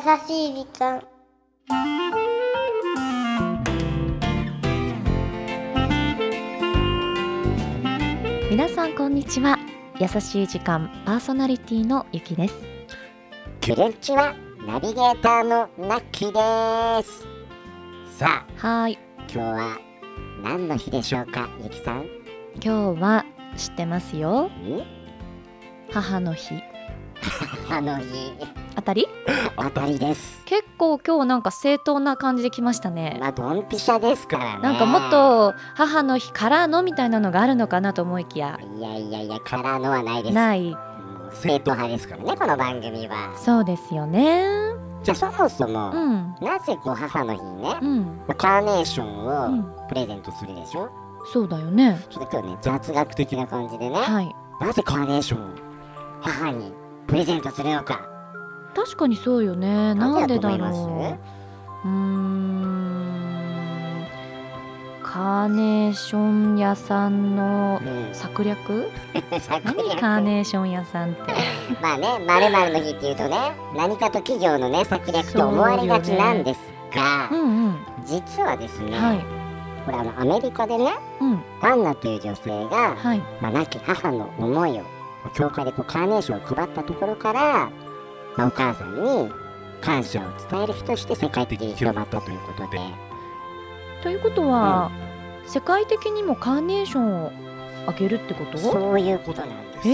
しい時間。 皆さんこんにちは。優しい時間パーソナリティのゆきです。 こんにちは、ナビゲーターのナッキーです。さあ、 はい、 今日は何の日でしょうか、ゆきさん。 今日は知ってますよ。母の日。 母の日。 当たり？ 当たりです。 結構今日なんか正当な感じで来ましたね。 ドンピシャですからね。 なんかもっと母の日からのみたいなのがあるのかなと思いきや、 いやからのはないです。 ない。 正統派ですからね、この番組は。 そうですよね。 じゃあそもそも、なぜ母の日にね、カーネーションをプレゼントするでしょ。 そうだよね。 ちょっと今日ね、雑学的な感じでね、 はい、 なぜカーネーションを母にプレゼントするのか。 確かにそうよね。なんでだろう。カーネーション屋さんの策略？何カーネーション屋さんって。 まあね、〇〇の日っていうとね、何かと企業のね策略と思われがちなんですが、実はですね、これアメリカでね、アンナという女性が、亡き母の思いを教会でカーネーションを配ったところから、お母さんに感謝を伝える日として世界的に広まったということで。 ということは、世界的にもカーネーションをあげるってこと？ そういうことなんです。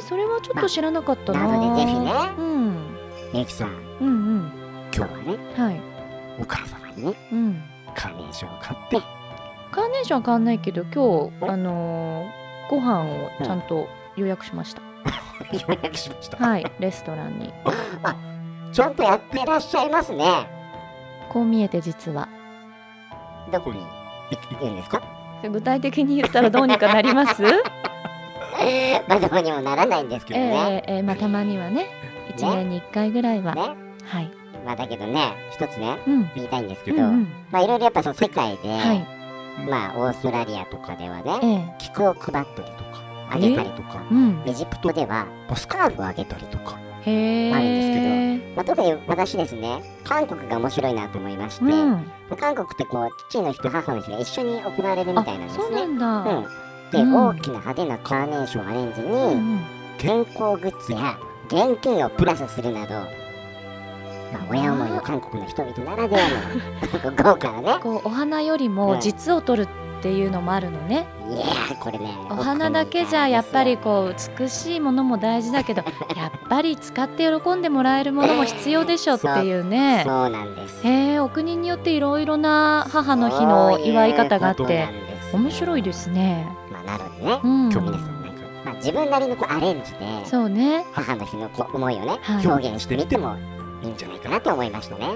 それはちょっと知らなかったな。 なのでぜひね、ゆきさん、今日はね、お母様にね、カーネーションを買って。 カーネーションは買わないけど、今日ご飯をちゃんと予約しました。 予約しました。 はい、レストランに。 ちゃんとやってらっしゃいますね。 こう見えて実は。 どこに行くんですか？ 具体的に言ったらどうにかなります？ どうにもならないんですけどね。 たまにはね、1年に1回ぐらいは。はい。 だけどね、一つね、言いたいんですけど、いろいろやっぱ世界で、オーストラリアとかではね、菊を配ったりとかあげたりとか、エジプトではスカーフをあげたりとかあるんですけど、特に私ですね、韓国が面白いなと思いまして、韓国って父の日と母の日が一緒に行われるみたいなんですね。 そうなんだ。 で、大きな派手なカーネーションアレンジに、健康グッズや現金をプラスするなど、親思いの韓国の人々ならではの豪華なね、 お花よりも実を取るっていうのもあるのね。 いやー、これね、 お花だけじゃやっぱり美しいものも大事だけど、やっぱり使って喜んでもらえるものも必要でしょっていうね。 そうなんです。 お国によっていろいろな母の日の祝い方があって面白いですね。 なのでね、今日皆さん自分なりのアレンジで、 そうね、 母の日の思いをね、表現してみてもいいんじゃないかなと思いましたね。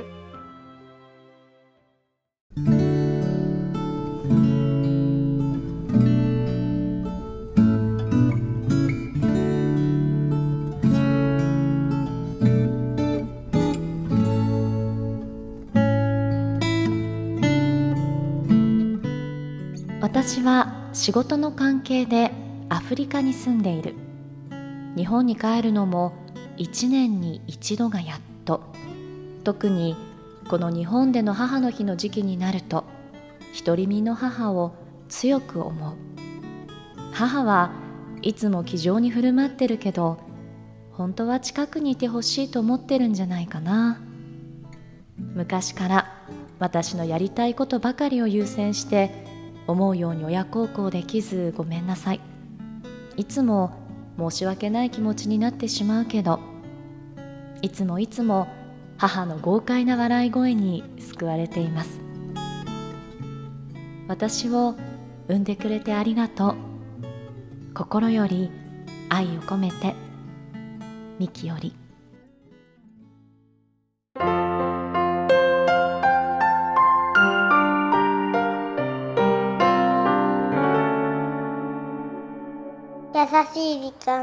私は仕事の関係でアフリカに住んでいる。日本に帰るのも1年に1度がやっと。特にこの日本での母の日の時期になると、独り身の母を強く思う。母はいつも気丈に振る舞ってるけど、本当は近くにいてほしいと思ってるんじゃないかな。昔から私のやりたいことばかりを優先して思うように親孝行できずごめんなさい。いつも申し訳ない気持ちになってしまうけど、いつも母の豪快な笑い声に救われています。私を産んでくれてありがとう。心より愛を込めて、ミキより。 優しい時間。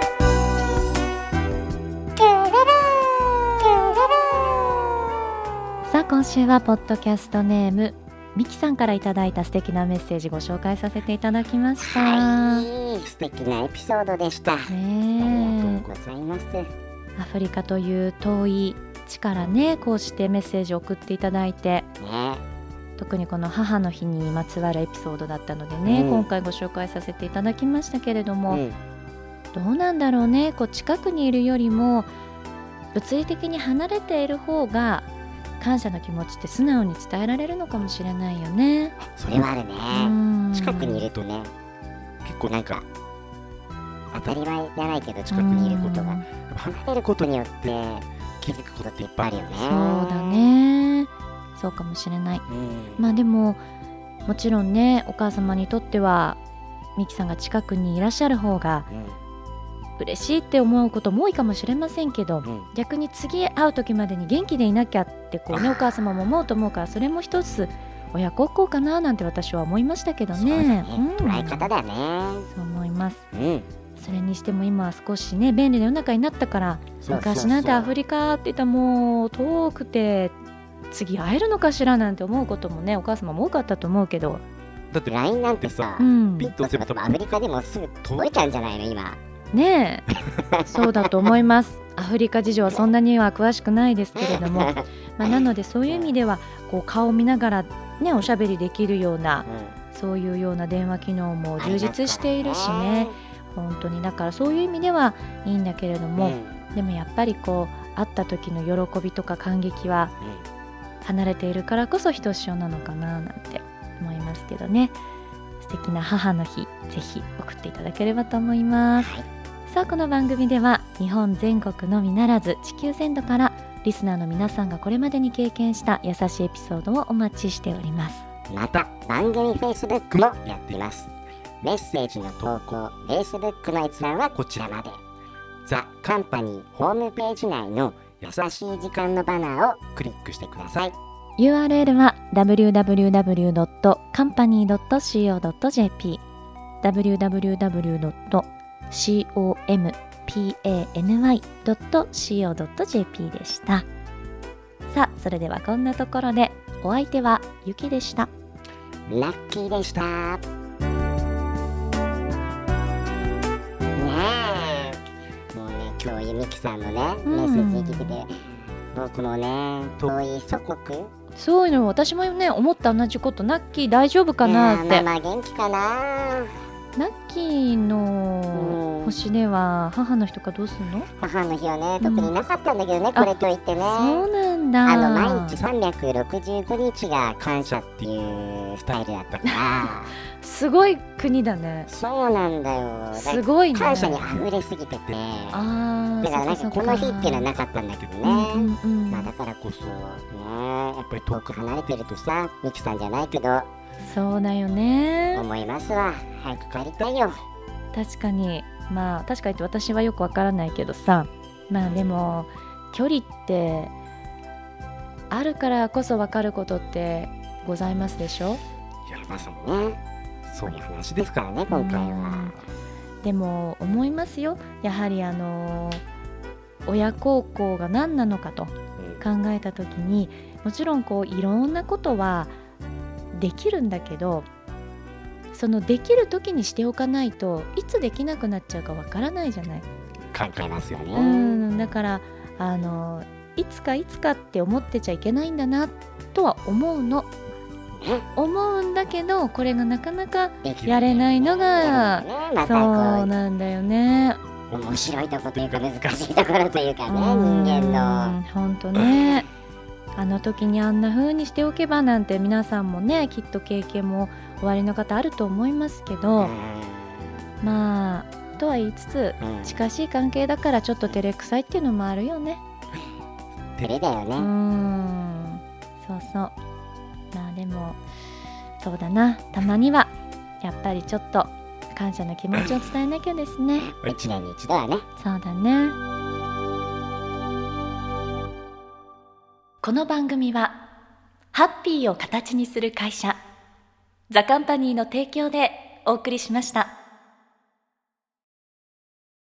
さあ今今週はポッドキャストネームミキさんからいただいた素敵なメッセージご紹介させていただきました。 はい、素敵なエピソードでした。ありがとうございます。 アフリカという遠い地からね、こうしてメッセージを送っていただいて、特にこの母の日にまつわるエピソードだったのでね、今回ご紹介させていただきましたけれども、どうなんだろうね、こう近くにいるよりも物理的に離れている方が感謝の気持ちって素直に伝えられるのかもしれないよね。 それはあるね。近くにいるとね、結構なんか当たり前じゃないけど近くにいることが離れることによって気づくことっていっぱいあるよね。 そうだね、そうかもしれない。まあでももちろんね、お母様にとってはミキさんが近くにいらっしゃる方が嬉しいって思うことも多いかもしれませんけど、逆に次会う時までに元気でいなきゃってこうね、お母様も思うと思うから、それも一つ親孝行かななんて私は思いましたけどね。 捉え方だね。 そう思います。それにしても今は少しね便利な世の中になったから、昔なんてアフリカって言ったらもう遠くて次会えるのかしらなんて思うこともね、お母様も多かったと思うけど、 だって LINE なんてさ、ピッとすればアメリカでもすぐ届いちゃうんじゃないの今ねえそうだと思います。アフリカ事情はそんなには詳しくないですけれどもなのでそういう意味ではこう顔を見ながらねおしゃべりできるような、そういうような電話機能も充実しているしね、本当にだからそういう意味ではいいんだけれども、でもやっぱりこう会った時の喜びとか感激は離れているからこそひとしおなのかななんて思いますけどね。素敵な母の日、ぜひ送っていただければと思います。さあこの番組では日本全国のみならず地球全土からリスナーの皆さんがこれまでに経験した優しいエピソードをお待ちしております。 また番組 Facebook もやっています。メッセージの投稿、Facebook の閲覧はこちらまで。ザ・カンパニーホームページ内の優しい時間のバナーをクリックしてください。 URL は www.company.co.jp www.company.co.jp でした。さあそれではこんなところで、お相手はゆきでした。 ラッキーでした。ねえ、もうね今日ゆみきさんのね、メッセージ聞いてて、僕もね遠い祖国、 そういうの私もね思った同じこと。ナッキー大丈夫かなって。 ママ元気かな。 ナッキーの星では母の日とかどうするの？ 母の日はね特になかったんだけどね、これといってね。 そうなんだ。 毎日365日が感謝っていうスタイルだったからすごい国だね。 そうなんだよ。 すごいね。 感謝に溢れすぎてて、だからなんかこの日っていうのはなかったんだけどね、まあだからこそね、やっぱり遠く離れてるとさ、ミキさんじゃないけどそうだよね、 思いますわ。早く帰りたいよ。 確かに、まあ確かに私はよくわからないけどさ、まあでも距離ってあるからこそわかることってございますでしょ。 いやまさにね、そういう話ですからね今回は。 でも思いますよ、やはり親孝行が何なのかと考えたときに、もちろんこういろんなことはできるんだけど、そのできる時にしておかないといつできなくなっちゃうかわからないじゃない。 考えますよね。 だからいつかって思ってちゃいけないんだなとは思うんだけど、これがなかなかやれないのが、そうなんだよね。 面白いとこというか難しいところというかね、人間の本当ねあの時にあんな風にしておけばなんて皆さんもねきっと経験もおありの方あると思いますけど、まあとは言いつつ、近しい関係だからちょっと照れくさいっていうのもあるよね。 照れだよね。 そうそう。まあでもそうだな、たまにはやっぱりちょっと感謝の気持ちを伝えなきゃですね。 1年に一度はね。 そうだね。この番組はハッピーを形にする会社ザカンパニーの提供でお送りしました。